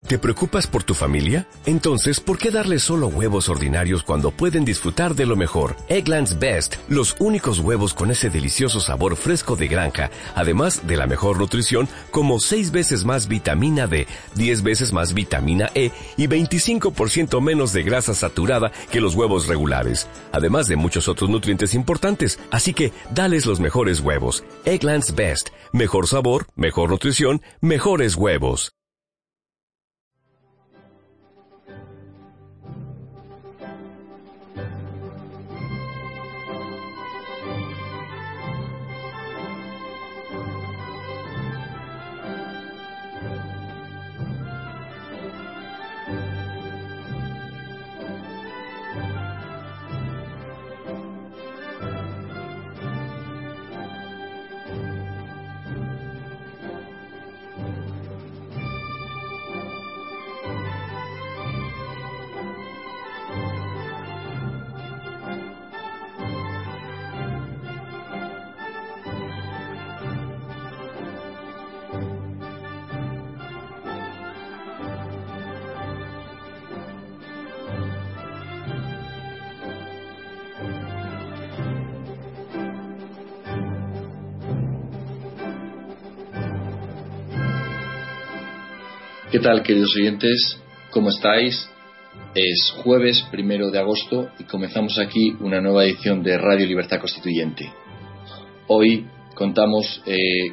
¿Te preocupas por tu familia? Entonces, ¿por qué darles solo huevos ordinarios cuando pueden disfrutar de lo mejor? Eggland's Best, los únicos huevos con ese delicioso sabor fresco de granja, además de la mejor nutrición, como 6 veces más vitamina D, 10 veces más vitamina E y 25% menos de grasa saturada que los huevos regulares, además de muchos otros nutrientes importantes. Así que, dales los mejores huevos. Eggland's Best, mejor sabor, mejor nutrición, mejores huevos. ¿Qué tal, queridos oyentes? ¿Cómo estáis? Es jueves 1 de agosto y comenzamos aquí una nueva edición de Radio Libertad Constituyente. Hoy contamos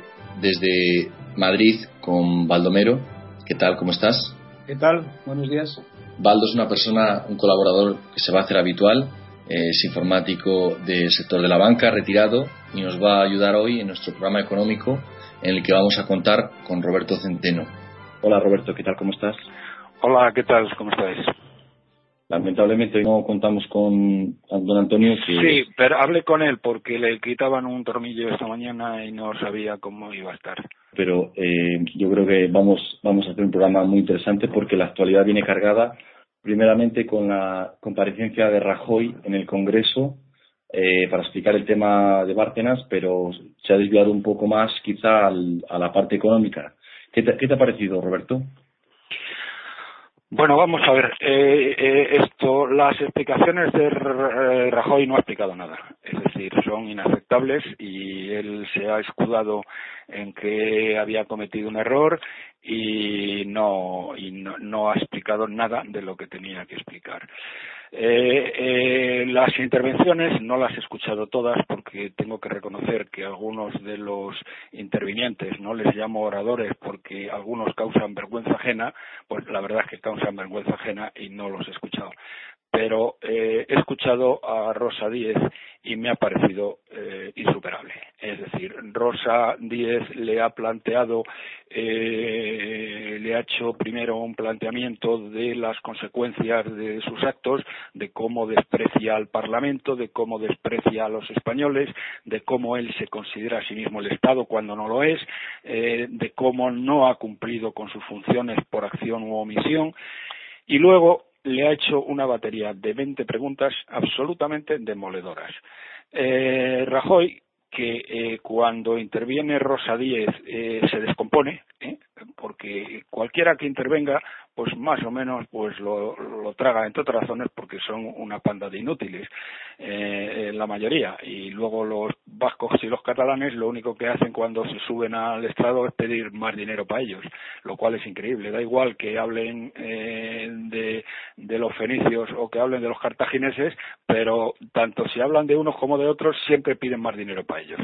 desde Madrid con Baldomero. ¿Qué tal? ¿Cómo estás? ¿Qué tal? Buenos días. Baldo es una persona, un colaborador que se va a hacer habitual. Es informático del sector de la banca, retirado, y nos va a ayudar hoy en nuestro programa económico en el que vamos a contar con Roberto Centeno. Hola Roberto, ¿qué tal? ¿Cómo estás? Hola, ¿qué tal? ¿Cómo estáis? Lamentablemente hoy no contamos con don Antonio. Sí, pero hablé con él porque le quitaban un tornillo esta mañana y no sabía cómo iba a estar. Pero yo creo que vamos a hacer un programa muy interesante porque la actualidad viene cargada primeramente con la comparecencia de Rajoy en el Congreso para explicar el tema de Bárcenas, pero se ha desviado un poco más quizá a la parte económica. ¿Qué te ha parecido, Roberto? Bueno, vamos a ver. Las explicaciones de Rajoy no ha explicado nada. Es decir, son inaceptables y él se ha escudado en que había cometido un error y no ha explicado nada de lo que tenía que explicar. Las intervenciones no las he escuchado todas porque tengo que reconocer que algunos de los intervinientes, no les llamo oradores porque algunos causan vergüenza ajena, pues la verdad es que causan vergüenza ajena y no los he escuchado. Pero he escuchado a Rosa Díez y me ha parecido insuperable. Es decir, Rosa Díez le ha hecho primero un planteamiento de las consecuencias de sus actos, de cómo desprecia al Parlamento, de cómo desprecia a los españoles, de cómo él se considera a sí mismo el Estado cuando no lo es, de cómo no ha cumplido con sus funciones por acción u omisión, y luego le ha hecho una batería de 20 preguntas absolutamente demoledoras. Rajoy, que cuando interviene Rosa Díez se descompone, porque cualquiera que intervenga, pues más o menos pues lo traga, entre otras razones porque son una panda de inútiles, la mayoría, y luego los vascos y los catalanes lo único que hacen cuando se suben al estrado es pedir más dinero para ellos, lo cual es increíble. Da igual que hablen de los fenicios o que hablen de los cartagineses, pero tanto si hablan de unos como de otros siempre piden más dinero para ellos.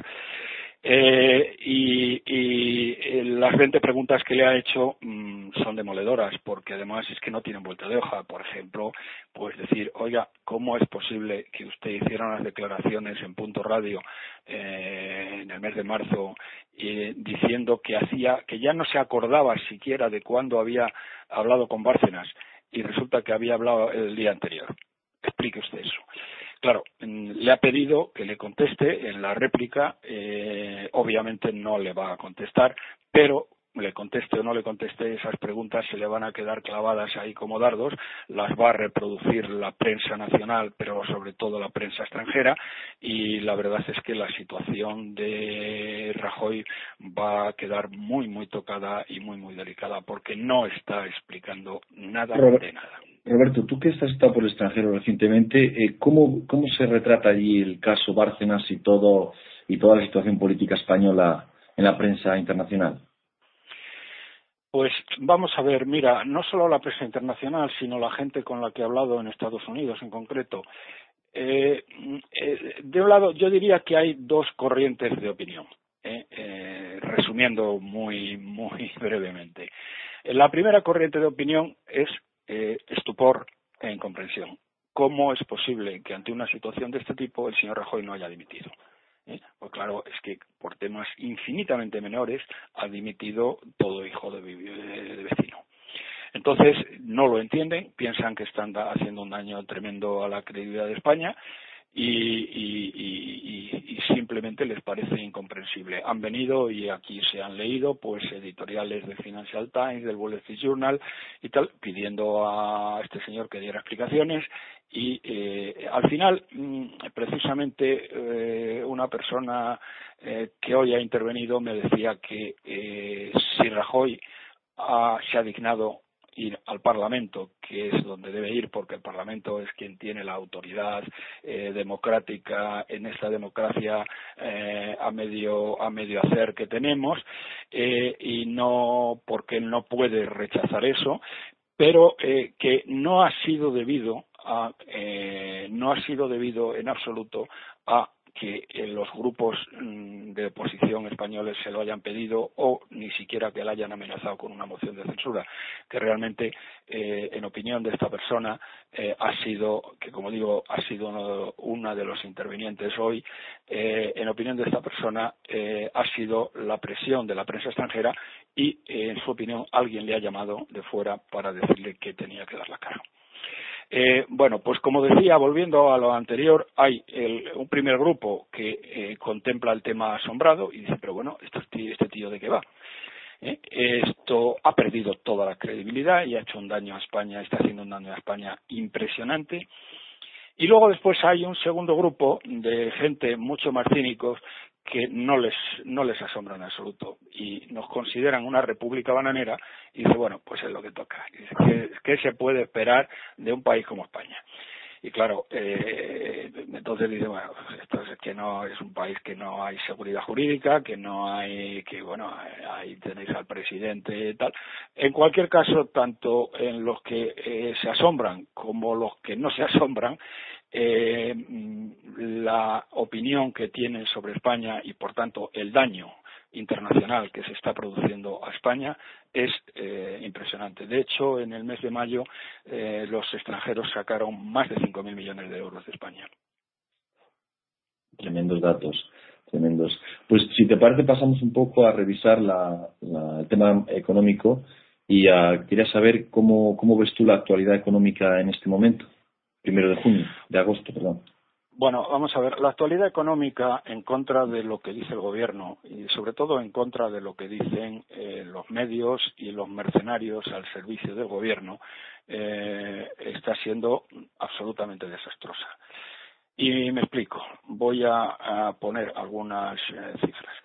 Y las 20 preguntas que le ha hecho son demoledoras, porque además es que no tienen vuelta de hoja. Por ejemplo, pues decir, oiga, ¿cómo es posible que usted hiciera unas declaraciones en Punto Radio en el mes de marzo diciendo que ya no se acordaba siquiera de cuándo había hablado con Bárcenas y resulta que había hablado el día anterior? Explique usted eso. Claro, le ha pedido que le conteste en la réplica, obviamente no le va a contestar, pero le conteste o no le conteste, esas preguntas se le van a quedar clavadas ahí como dardos, las va a reproducir la prensa nacional, pero sobre todo la prensa extranjera, y la verdad es que la situación de Rajoy va a quedar muy, muy tocada y muy, muy delicada, porque no está explicando nada de nada. Roberto, tú que has estado por el extranjero recientemente, ¿cómo se retrata allí el caso Bárcenas y toda la situación política española en la prensa internacional? Pues vamos a ver, mira, no solo la prensa internacional, sino la gente con la que he hablado en Estados Unidos en concreto. De un lado, yo diría que hay dos corrientes de opinión, resumiendo muy, muy brevemente. La primera corriente de opinión es estupor e incomprensión. ¿Cómo es posible que ante una situación de este tipo el señor Rajoy no haya dimitido? Pues claro, es que por temas infinitamente menores ha dimitido todo hijo de vecino. Entonces, no lo entienden, piensan que están haciendo un daño tremendo a la credibilidad de España y simplemente les parece incomprensible. Han venido y aquí se han leído pues editoriales del Financial Times, del Wall Street Journal y tal, pidiendo a este señor que diera explicaciones y al final precisamente una persona que hoy ha intervenido me decía que si Rajoy se ha dignado ir al Parlamento, que es donde debe ir, porque el Parlamento es quien tiene la autoridad democrática en esta democracia a medio hacer que tenemos, y no porque él no puede rechazar eso, pero que no ha sido debido en absoluto a que los grupos de oposición españoles se lo hayan pedido o ni siquiera que le hayan amenazado con una moción de censura, que realmente, en opinión de esta persona, ha sido, que como digo, ha sido una de los intervinientes hoy, en opinión de esta persona, ha sido la presión de la prensa extranjera y, en su opinión, alguien le ha llamado de fuera para decirle que tenía que dar la cara. Bueno, pues como decía, volviendo a lo anterior, hay un primer grupo que contempla el tema asombrado y dice, pero bueno, ¿este tío de qué va? Esto ha perdido toda la credibilidad y ha hecho un daño a España, está haciendo un daño a España impresionante. Y luego después hay un segundo grupo de gente mucho más cínicos que no les asombra en absoluto y nos consideran una república bananera y dice, bueno, pues es lo que toca. Dice, ¿qué se puede esperar de un país como España? Y claro, entonces dice, bueno, esto es que no es un país que no hay seguridad jurídica, que no hay, que bueno, ahí tenéis al presidente y tal. En cualquier caso, tanto en los que se asombran como los que no se asombran, la opinión que tienen sobre España y por tanto el daño internacional que se está produciendo a España es impresionante. De hecho, en el mes de mayo los extranjeros sacaron más de 5.000 millones de euros de España. Tremendos datos, tremendos. Pues si te parece pasamos un poco a revisar el tema económico y quería saber cómo ves tú la actualidad económica en este momento, 1 de agosto, perdón. Bueno, vamos a ver, la actualidad económica en contra de lo que dice el gobierno y sobre todo en contra de lo que dicen los medios y los mercenarios al servicio del gobierno está siendo absolutamente desastrosa. Y me explico, voy a poner algunas cifras.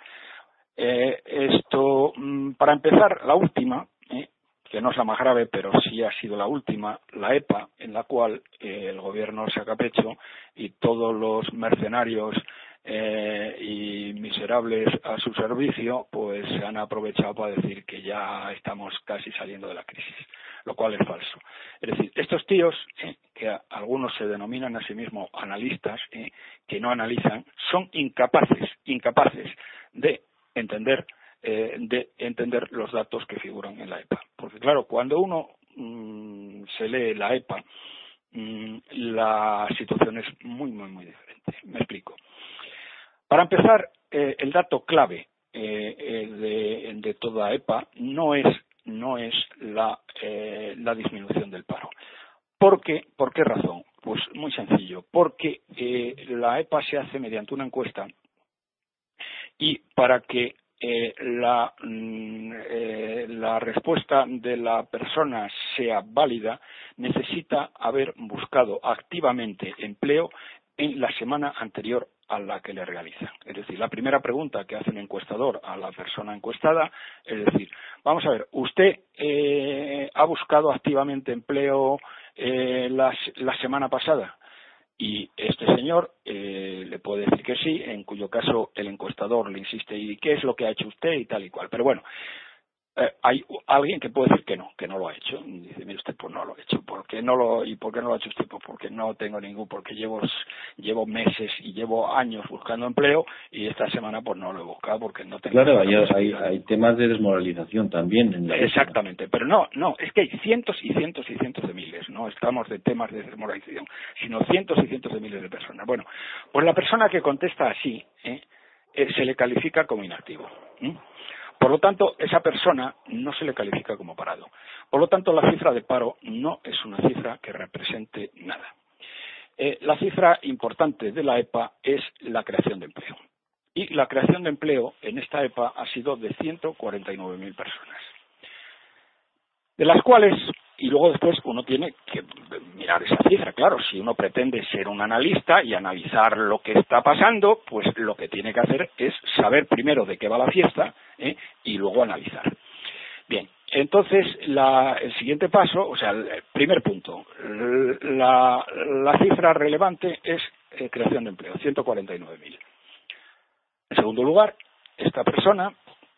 Para empezar, la última, que no es la más grave, pero sí ha sido la última, la EPA, en la cual el gobierno saca pecho y todos los mercenarios y miserables a su servicio, pues se han aprovechado para decir que ya estamos casi saliendo de la crisis, lo cual es falso. Es decir, estos tíos, que algunos se denominan a sí mismos analistas, que no analizan, son incapaces de entender los datos que figuran en la EPA. Porque claro, cuando uno se lee la EPA, la situación es muy, muy, muy diferente. Me explico. Para empezar, el dato clave de toda EPA no es la disminución del paro. ¿Por qué? ¿Por qué razón? Pues muy sencillo. Porque la EPA se hace mediante una encuesta y para que la respuesta de la persona sea válida, necesita haber buscado activamente empleo en la semana anterior a la que le realiza. Es decir, la primera pregunta que hace un encuestador a la persona encuestada es decir, vamos a ver, ¿usted ha buscado activamente empleo la semana pasada? Y este señor le puede decir que sí, en cuyo caso el encuestador le insiste, ¿y qué es lo que ha hecho usted? Y tal y cual. Pero bueno, hay alguien que puede decir que no lo ha hecho. Y dice, mire usted, pues no lo ha hecho. ¿Y por qué no lo ha hecho usted? Pues porque no tengo porque llevo meses y llevo años buscando empleo y esta semana pues no lo he buscado porque no tengo. Claro, hay temas de desmoralización también. Exactamente, pero no, es que hay cientos y cientos y cientos de miles, no estamos de temas de desmoralización, sino cientos y cientos de miles de personas. Bueno, pues la persona que contesta así se le califica como inactivo. Por lo tanto, esa persona no se le califica como parado. Por lo tanto, la cifra de paro no es una cifra que represente nada. La cifra importante de la EPA es la creación de empleo. Y la creación de empleo en esta EPA ha sido de 149.000 personas. De las cuales, y luego después uno tiene que mirar esa cifra, claro, si uno pretende ser un analista y analizar lo que está pasando, pues lo que tiene que hacer es saber primero de qué va la fiesta y luego analizar. Bien, entonces el siguiente paso, o sea, el primer punto, la cifra relevante es creación de empleo, 149.000. En segundo lugar, esta persona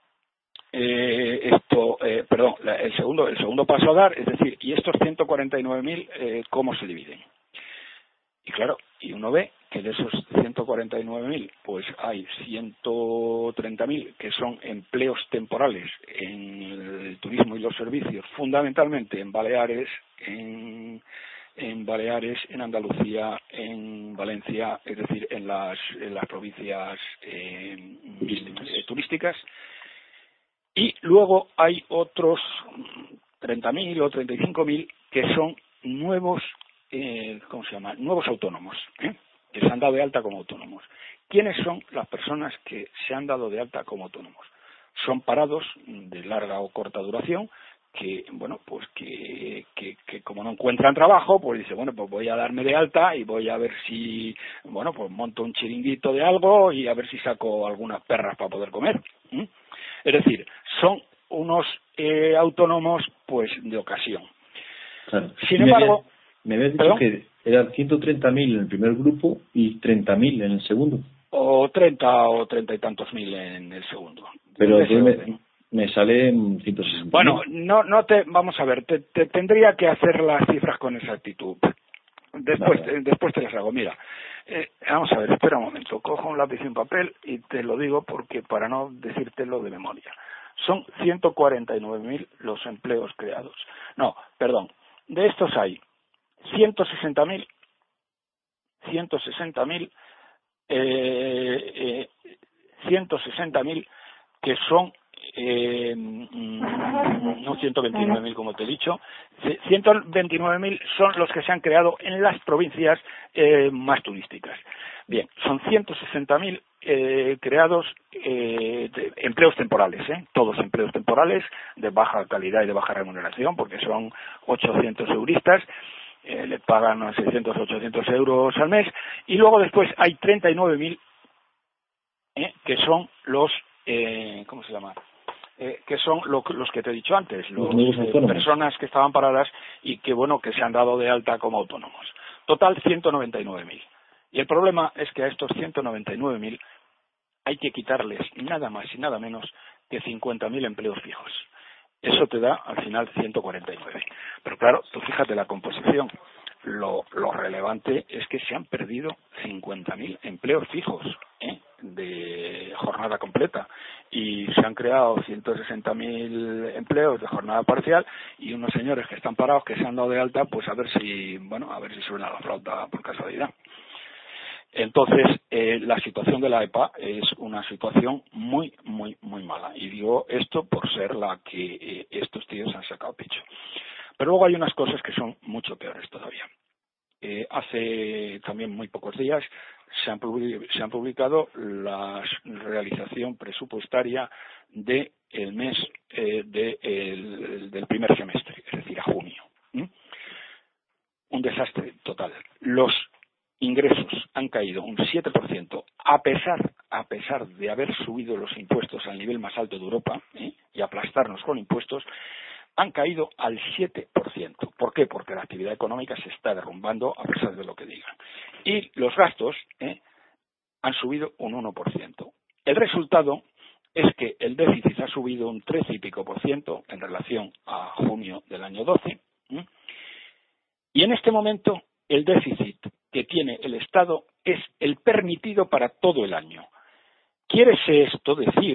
el segundo paso a dar, es decir, ¿y estos 149.000 cómo se dividen? Y claro, y uno ve que de esos 149.000, pues hay 130.000 que son empleos temporales en el turismo y los servicios, fundamentalmente en Baleares, en Andalucía, en Valencia, es decir, en las provincias turísticas. Y luego hay otros 30.000 o 35.000 que son nuevos, nuevos autónomos, que se han dado de alta como autónomos. ¿Quiénes son las personas que se han dado de alta como autónomos? Son parados de larga o corta duración que, bueno, pues que como no encuentran trabajo, pues dice, bueno, pues voy a darme de alta y voy a ver si, bueno, pues monto un chiringuito de algo y a ver si saco algunas perras para poder comer. Es decir, son unos autónomos, pues, de ocasión. Claro. Sin embargo... Me habías dicho que eran 130.000 en el primer grupo y 30.000 en el segundo. O 30 y tantos mil en el segundo. Pero me sale 160.000. Bueno, vamos a ver, te tendría que hacer las cifras con exactitud. Después te las hago. Mira, vamos a ver, espera un momento, cojo un lápiz y un papel y te lo digo porque para no decírtelo de memoria. Son 149.000 los empleos creados. No, perdón, de estos hay 160.000 que son no 129.000 como te he dicho, 129.000 son los que se han creado en las provincias más turísticas. Bien, son 160.000 creados de empleos temporales, todos empleos temporales de baja calidad y de baja remuneración, porque son 800 euristas, le pagan 600 o 800 euros al mes, y luego después hay 39.000 que son los ¿cómo se llama? Que son los que te he dicho antes, personas que estaban paradas y que, bueno, que se han dado de alta como autónomos. Total 199.000. Y el problema es que a estos 199.000 hay que quitarles nada más y nada menos que 50.000 empleos fijos. Eso te da al final 149. Pero claro, tú fíjate la composición. Lo relevante es que se han perdido 50.000 empleos fijos de jornada completa y se han creado 160.000 empleos de jornada parcial y unos señores que están parados que se han dado de alta, pues a ver si suena la flauta por casualidad. Entonces, la situación de la EPA es una situación muy, muy, muy mala. Y digo esto por ser la que estos tíos han sacado pecho. Pero luego hay unas cosas que son mucho peores todavía. hace también muy pocos días se han publicado la realización presupuestaria del mes del primer semestre, es decir, a junio. Un desastre total. Los ingresos han caído un 7%, a pesar de haber subido los impuestos al nivel más alto de Europa, y aplastarnos con impuestos, han caído al 7%. ¿Por qué? Porque la actividad económica se está derrumbando a pesar de lo que digan. Y los gastos han subido un 1%. El resultado es que el déficit ha subido un 13 y pico por ciento en relación a junio del año 12. Y en este momento el déficit que tiene el Estado es el permitido para todo el año. Quiere esto decir,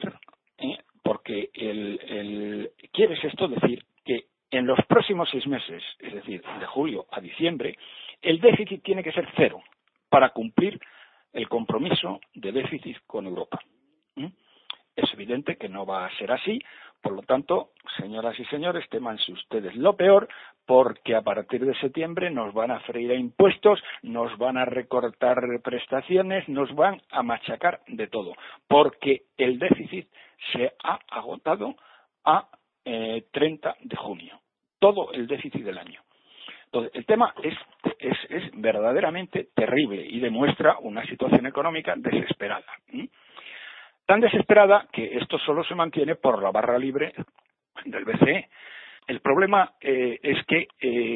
que en los próximos 6 meses, es decir, de julio a diciembre, el déficit tiene que ser 0 para cumplir el compromiso de déficit con Europa. Es evidente que no va a ser así, por lo tanto, señoras y señores, témanse ustedes lo peor, porque a partir de septiembre nos van a freír a impuestos, nos van a recortar prestaciones, nos van a machacar de todo, porque el déficit se ha agotado a 30 de junio, todo el déficit del año. Entonces, el tema es verdaderamente terrible y demuestra una situación económica desesperada. Tan desesperada que esto solo se mantiene por la barra libre del BCE. El problema es que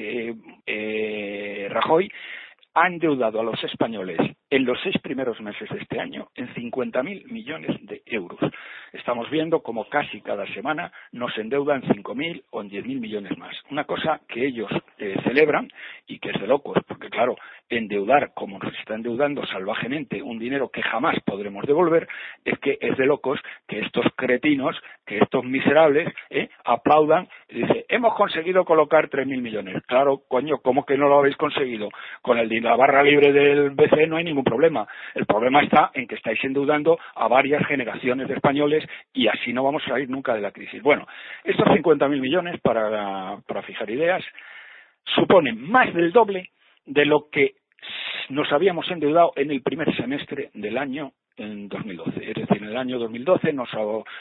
Rajoy ha endeudado a los españoles en los 6 primeros meses de este año en 50.000 millones de euros. Estamos viendo como casi cada semana nos endeudan 5.000 o en 10.000 millones más. Una cosa que ellos celebran y que es de locos, porque claro, endeudar como nos está endeudando salvajemente un dinero que jamás podremos devolver, es que es de locos que estos cretinos, que estos miserables aplaudan y dicen, hemos conseguido colocar 3.000 millones. Claro, coño, ¿cómo que no lo habéis conseguido? Con la barra libre del BCE no hay ningún problema. El problema está en que estáis endeudando a varias generaciones de españoles y así no vamos a salir nunca de la crisis. Bueno, estos 50.000 millones, para fijar ideas, suponen más del doble de lo que nos habíamos endeudado en el primer semestre del año en 2012. Es decir, en el año 2012 nos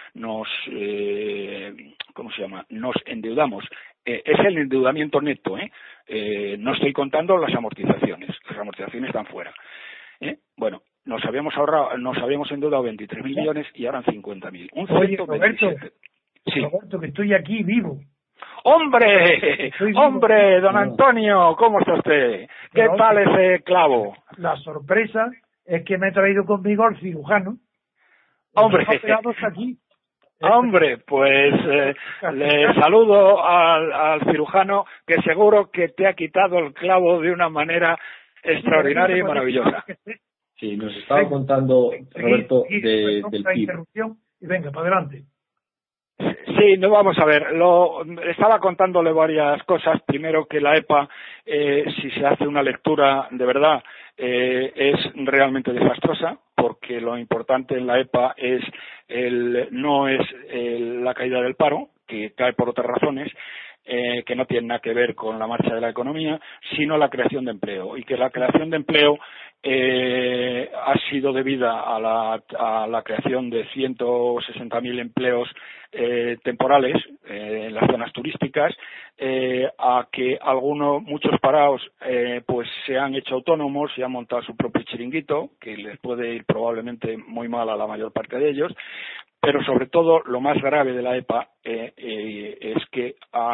endeudamos. Es el endeudamiento neto, no estoy contando las amortizaciones. Las amortizaciones están fuera. Bueno, nos habíamos endeudado 23.000 millones y ahora en 50.000. Oye, Roberto, sí. Roberto, que estoy aquí vivo. ¡Hombre! ¡Hombre, don Antonio! ¿Cómo está usted? ¿Qué tal ese clavo? La sorpresa es que me he traído conmigo al cirujano. ¡Hombre! Aquí. Hombre, pues le saludo al cirujano, que seguro que te ha quitado el clavo de una manera extraordinaria y maravillosa. Sí, nos estaba contando, Roberto, del PIB. Interrupción y venga, para adelante. Sí, no, vamos a ver, estaba contándole varias cosas. Primero, que la EPA, si se hace una lectura de verdad, es realmente desastrosa, porque lo importante en la EPA no es la caída del paro, que cae por otras razones, que no tienen nada que ver con la marcha de la economía, sino la creación de empleo, y que la creación de empleo ha sido debida a la creación de 160.000 empleos temporales en las zonas turísticas, a que muchos parados pues se han hecho autónomos y han montado su propio chiringuito, que les puede ir probablemente muy mal a la mayor parte de ellos. Pero sobre todo, lo más grave de la EPA es que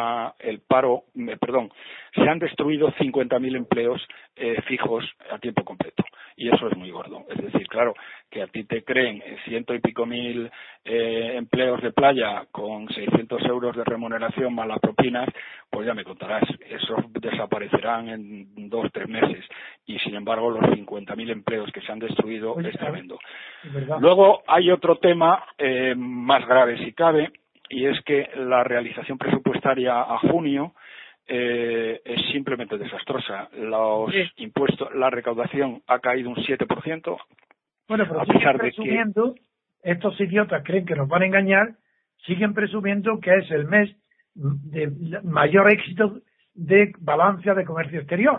se han destruido 50.000 empleos fijos a tiempo completo. Y eso es muy gordo. Es decir, claro, que a ti te creen 100 y pico mil empleos de playa con 600 euros de remuneración más las propinas, pues ya me contarás. Esos desaparecerán en 2 o 3 meses. Y sin embargo, los 50.000 empleos que se han destruido es tremendo. Luego hay otro tema más grave si cabe, y es que la realización presupuestaria a junio es simplemente desastrosa. Los impuestos, la recaudación ha caído un 7%. Bueno, pero siguen presumiendo, estos idiotas creen que nos van a engañar, siguen presumiendo que es el mes de mayor éxito de balanza de comercio exterior.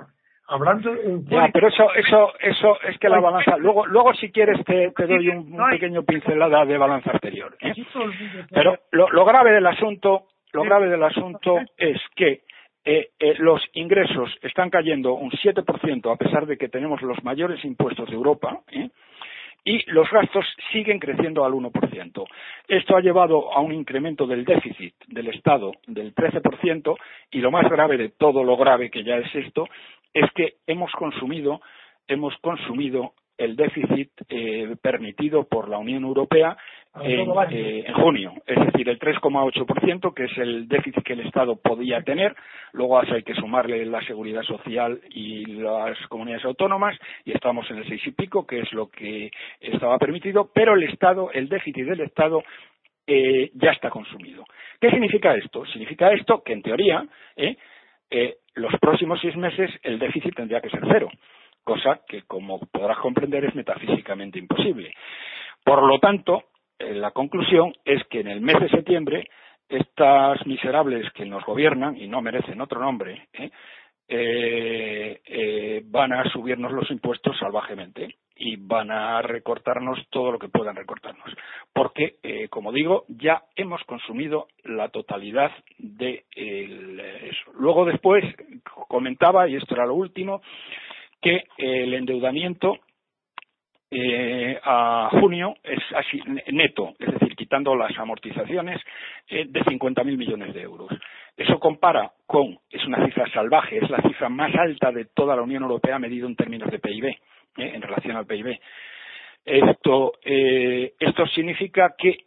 hablando... Ya, pero eso es que la balanza... Luego si quieres te doy un pequeño pincelada de balanza exterior. Pero lo grave del asunto es que los ingresos están cayendo un 7% a pesar de que tenemos los mayores impuestos de Europa, y los gastos siguen creciendo al 1%. Esto ha llevado a un incremento del déficit del Estado del 13%, y lo más grave de todo lo grave que ya es esto, es que hemos consumido el déficit permitido por la Unión Europea en junio, es decir, el 3,8%, que es el déficit que el Estado podía tener. Luego hay que sumarle la seguridad social y las comunidades autónomas, y estamos en el 6 y pico, que es lo que estaba permitido, pero el déficit del Estado ya está consumido. ¿Qué significa esto? Significa esto que, en teoría, los próximos 6 meses el déficit tendría que ser cero, cosa que, como podrás comprender, es metafísicamente imposible. Por lo tanto, la conclusión es que en el mes de septiembre estas miserables que nos gobiernan, y no merecen otro nombre, van a subirnos los impuestos salvajemente y van a recortarnos todo lo que puedan recortarnos, porque, como digo, ya hemos consumido la totalidad de eso. Luego, después, comentaba, y esto era lo último, que el endeudamiento a junio es así neto, es decir, quitando las amortizaciones, de 50.000 millones de euros. Eso es una cifra salvaje, es la cifra más alta de toda la Unión Europea medido en términos de PIB, en relación al PIB. Esto significa que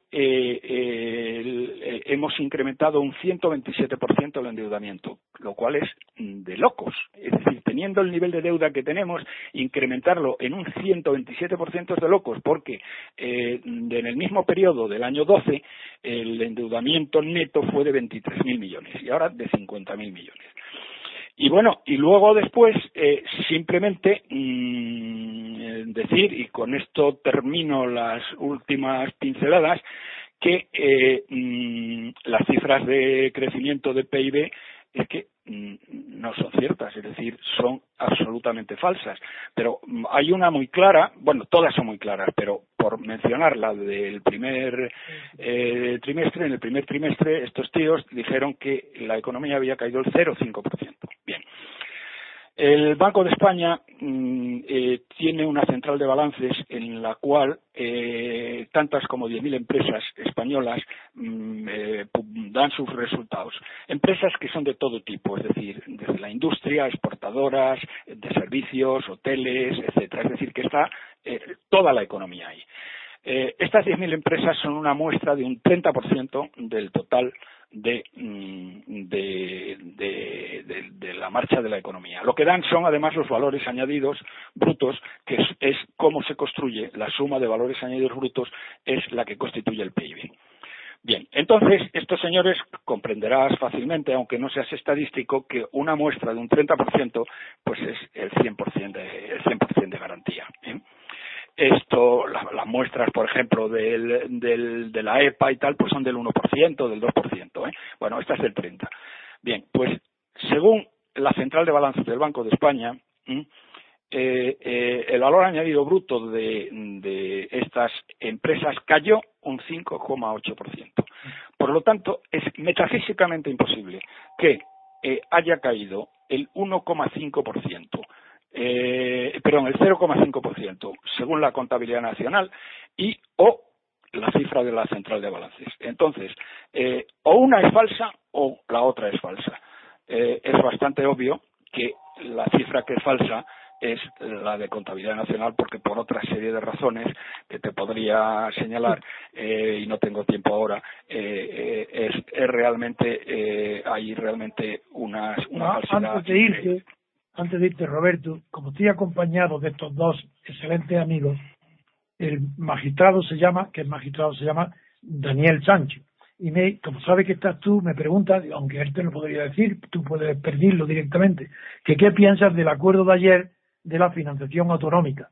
hemos incrementado un 127% el endeudamiento, lo cual es de locos. Es decir, teniendo el nivel de deuda que tenemos, incrementarlo en un 127% es de locos, porque en el mismo periodo del año 12 el endeudamiento neto fue de 23.000 millones y ahora de 50.000 millones. Y bueno, y luego después, simplemente decir, y con esto termino las últimas pinceladas, que las cifras de crecimiento de PIB es que no son ciertas, es decir, son absolutamente falsas. Pero hay una muy clara, bueno, todas son muy claras, pero por mencionar la del primer trimestre, en el primer trimestre estos tíos dijeron que la economía había caído el 0,5%. Bien. El Banco de España tiene una central de balances en la cual tantas como 10.000 empresas españolas dan sus resultados. Empresas que son de todo tipo, es decir, desde la industria, exportadoras, de servicios, hoteles, etcétera. Es decir, que está toda la economía ahí. Estas 10.000 empresas son una muestra de un 30% del total de la marcha de la economía. Lo que dan son además los valores añadidos brutos, que es cómo se construye la suma de valores añadidos brutos, es la que constituye el PIB. Bien, entonces estos señores comprenderás fácilmente, aunque no seas estadístico, que una muestra de un 30% pues es el 100% de garantía. Las muestras, por ejemplo, de la EPA y tal, pues son del 1%, del 2%. Bueno, esta es del 30%. Bien, pues según la central de balances del Banco de España, el valor añadido bruto de estas empresas cayó un 5,8%. Por lo tanto, es metafísicamente imposible que haya caído el 1,5%. El 0,5% según la contabilidad nacional o la cifra de la central de balances. Entonces, o una es falsa o la otra es falsa. Es bastante obvio que la cifra que es falsa es la de contabilidad nacional, porque por otra serie de razones que te podría señalar, y no tengo tiempo ahora, es realmente hay realmente una falsedad. Antes de irte, Roberto, como estoy acompañado de estos dos excelentes amigos, el magistrado se llama Daniel Sancho. Y como sabe que estás tú, me pregunta, aunque él te lo podría decir, tú puedes pedirlo directamente, que qué piensas del acuerdo de ayer de la financiación autonómica.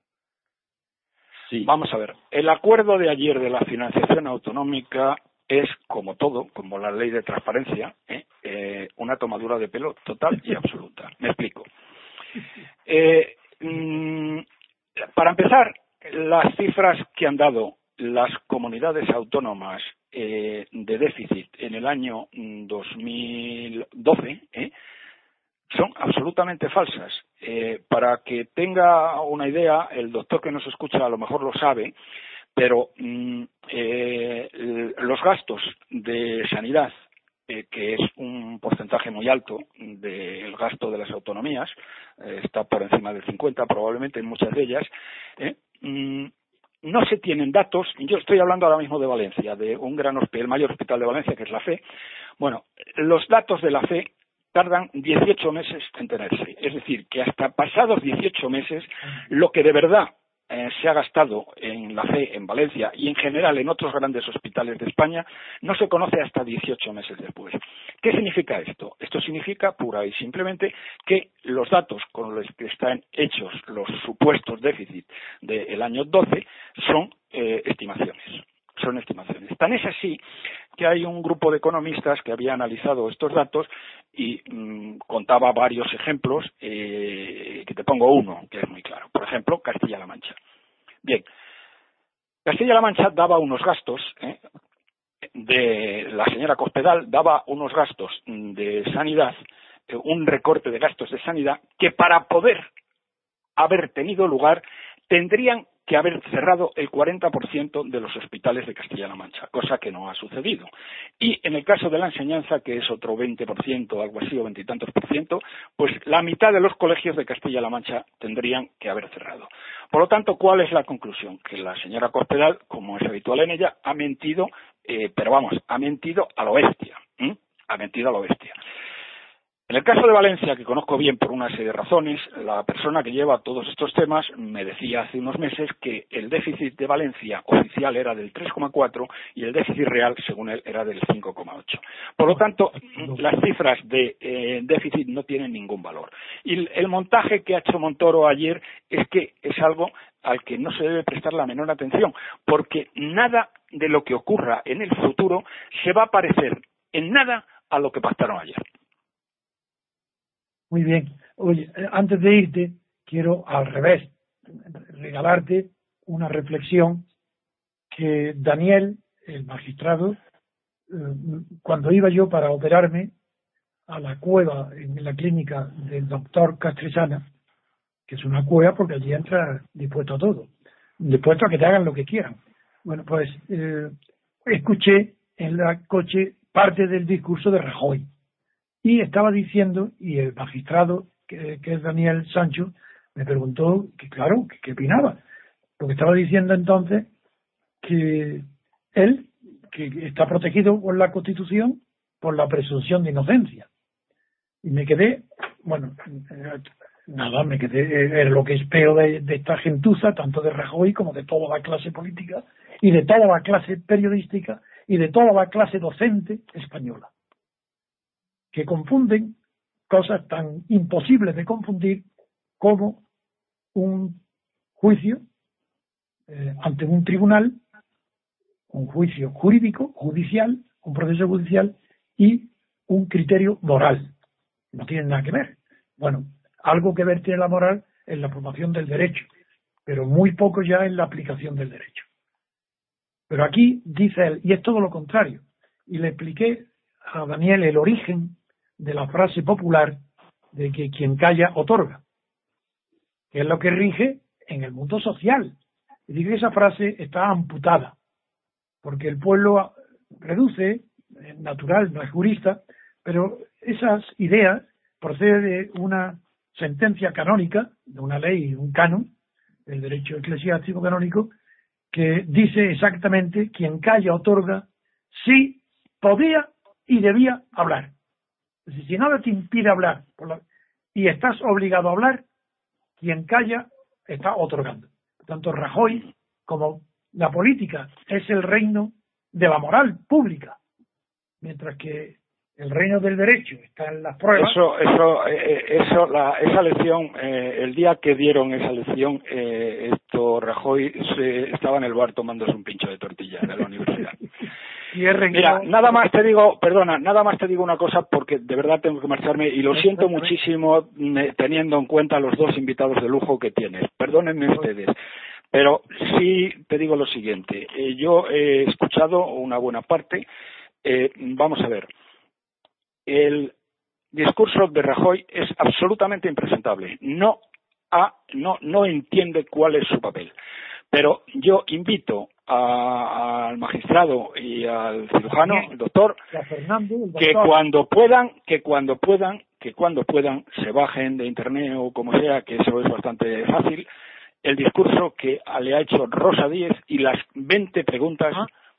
Sí. Vamos a ver, el acuerdo de ayer de la financiación autonómica es, como todo, como la ley de transparencia, una tomadura de pelo total y absoluta. Me explico. Para empezar, las cifras que han dado las comunidades autónomas de déficit en el año 2012 son absolutamente falsas. Para que tenga una idea, el doctor que nos escucha a lo mejor lo sabe, pero los gastos de sanidad, que es un porcentaje muy alto del gasto de las autonomías, está por encima del 50 probablemente en muchas de ellas, no se tienen datos. Yo estoy hablando ahora mismo de Valencia, de un gran hospital, el mayor hospital de Valencia, que es la FE. Bueno, los datos de la FE tardan 18 meses en tenerse. Es decir, que hasta pasados 18 meses, lo que de verdad se ha gastado en la FE en Valencia y en general en otros grandes hospitales de España no se conoce hasta 18 meses después. ¿Qué significa esto? Esto significa pura y simplemente que los datos con los que están hechos los supuestos déficit del año 12 son estimaciones. Son estimaciones. Tan es así que hay un grupo de economistas que había analizado estos datos y contaba varios ejemplos, que te pongo uno, que es muy claro. Por ejemplo, Castilla-La Mancha. Bien, Castilla-La Mancha daba unos gastos, de la señora Cospedal daba unos gastos de sanidad, un recorte de gastos de sanidad, que para poder haber tenido lugar tendrían que haber cerrado el 40% de los hospitales de Castilla-La Mancha, cosa que no ha sucedido. Y en el caso de la enseñanza, que es otro 20%, algo así, o 20 y tantos %, pues la mitad de los colegios de Castilla-La Mancha tendrían que haber cerrado. Por lo tanto, ¿cuál es la conclusión? Que la señora Cospedal, como es habitual en ella, ha mentido, pero vamos, ha mentido a lo bestia. Ha mentido a lo bestia. En el caso de Valencia, que conozco bien por una serie de razones, la persona que lleva todos estos temas me decía hace unos meses que el déficit de Valencia oficial era del 3,4 y el déficit real, según él, era del 5,8. Por lo tanto, las cifras de déficit no tienen ningún valor. Y el montaje que ha hecho Montoro ayer es que es algo al que no se debe prestar la menor atención, porque nada de lo que ocurra en el futuro se va a parecer en nada a lo que pactaron ayer. Muy bien. Oye, antes de irte, quiero al revés regalarte una reflexión que Daniel, el magistrado, cuando iba yo para operarme a la cueva en la clínica del doctor Castresana, que es una cueva porque allí entra dispuesto a todo, dispuesto a que te hagan lo que quieran. Bueno, pues escuché en el coche parte del discurso de Rajoy. Y estaba diciendo, y el magistrado, que es Daniel Sancho, me preguntó que claro, qué opinaba. Porque estaba diciendo entonces que él, que está protegido por la Constitución, por la presunción de inocencia. Y me quedé, bueno, me quedé en lo que espero de esta gentuza, tanto de Rajoy como de toda la clase política, y de toda la clase periodística, y de toda la clase docente española, que confunden cosas tan imposibles de confundir como un juicio ante un tribunal, un juicio jurídico, judicial, un proceso judicial y un criterio moral. No tienen nada que ver. Bueno, algo que ver tiene la moral en la promoción del derecho, pero muy poco ya en la aplicación del derecho. Pero aquí dice él, y es todo lo contrario, y le expliqué a Daniel el origen de la frase popular de que quien calla otorga, que es lo que rige en el mundo social. Y digo que esa frase está amputada, porque el pueblo reduce, es natural, no es jurista, pero esas ideas proceden de una sentencia canónica, de una ley, un canon, del derecho eclesiástico canónico, que dice exactamente quien calla otorga si podía y debía hablar. Es decir, si nada te impide hablar y estás obligado a hablar, quien calla está otorgando. Por tanto, Rajoy, como la política es el reino de la moral pública, mientras que el reino del derecho está en las pruebas. Esa lección, el día que dieron esa lección, Rajoy estaba en el bar tomándose un pincho de tortilla de la universidad. Mira, nada más te digo una cosa porque de verdad tengo que marcharme y lo siento muchísimo teniendo en cuenta los dos invitados de lujo que tienes. Perdónenme ustedes. Pero sí te digo lo siguiente. Yo he escuchado una buena parte. Vamos a ver. El discurso de Rajoy es absolutamente impresentable. No entiende cuál es su papel. Pero yo invito al magistrado y al cirujano, el doctor, que cuando puedan se bajen de internet o como sea, que eso es bastante fácil, el discurso que le ha hecho Rosa Díez y las 20 preguntas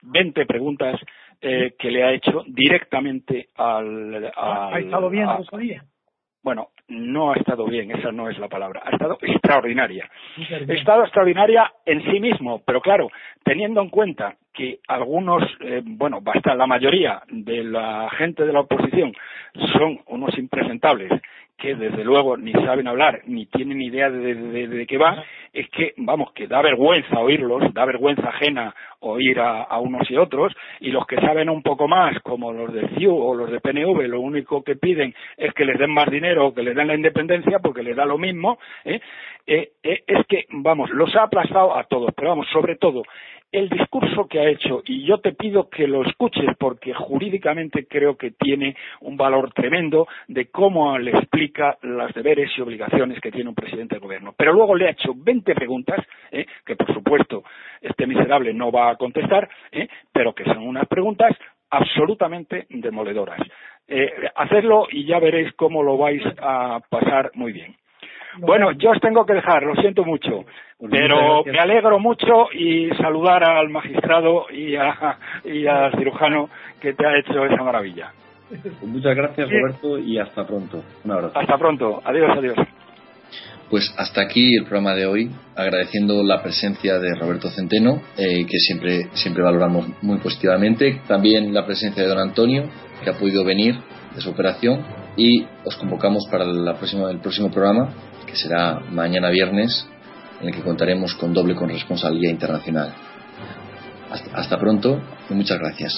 que le ha hecho directamente al ¿Ha estado bien Rosa Díez? Bueno, no ha estado bien, esa no es la palabra. Ha estado extraordinaria. Ha estado extraordinaria en sí mismo, pero claro, teniendo en cuenta que algunos, basta la mayoría de la gente de la oposición son unos impresentables que desde luego ni saben hablar ni tienen idea de qué va, es que, que da vergüenza oírlos, da vergüenza ajena oír a unos y otros, y los que saben un poco más, como los de CIU o los de PNV, lo único que piden es que les den más dinero o que les den la independencia porque les da lo mismo, es que, los ha aplastado a todos, pero sobre todo, el discurso que ha hecho, y yo te pido que lo escuches porque jurídicamente creo que tiene un valor tremendo de cómo le explica los deberes y obligaciones que tiene un presidente de gobierno. Pero luego le ha hecho 20 preguntas, que por supuesto este miserable no va a contestar, pero que son unas preguntas absolutamente demoledoras. Hacedlo y ya veréis cómo lo vais a pasar muy bien. Bueno, yo os tengo que dejar, lo siento mucho, pero me alegro mucho y saludar al magistrado y al cirujano que te ha hecho esa maravilla. Muchas gracias, Roberto, y hasta pronto. Un abrazo. Hasta pronto. Adiós. Pues hasta aquí el programa de hoy, agradeciendo la presencia de Roberto Centeno, que siempre valoramos muy positivamente, también la presencia de don Antonio, que ha podido venir de su operación, y os convocamos para el próximo programa, que será mañana viernes, en el que contaremos con doble corresponsalía internacional. Hasta pronto y muchas gracias.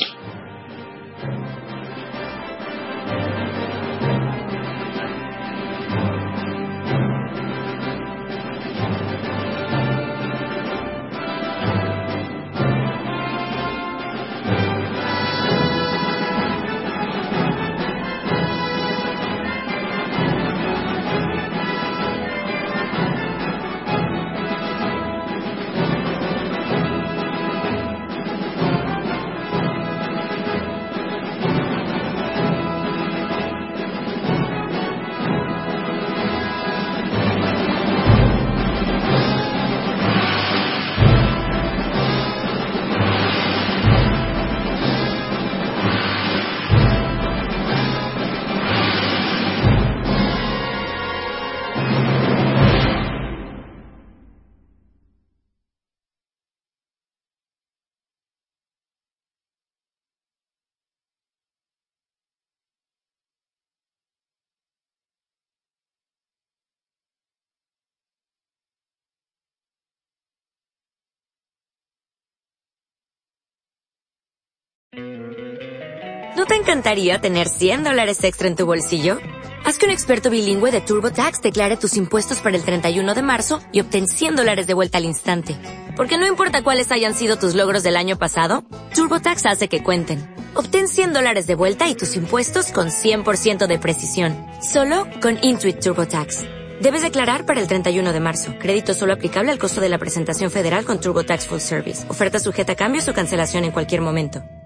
¿No te encantaría tener $100 extra en tu bolsillo? Haz que un experto bilingüe de TurboTax declare tus impuestos para el 31 de marzo y obtén $100 de vuelta al instante. Porque no importa cuáles hayan sido tus logros del año pasado, TurboTax hace que cuenten. Obtén $100 de vuelta y tus impuestos con 100% de precisión. Solo con Intuit TurboTax. Debes declarar para el 31 de marzo. Crédito solo aplicable al costo de la presentación federal con TurboTax Full Service. Oferta sujeta a cambios o cancelación en cualquier momento.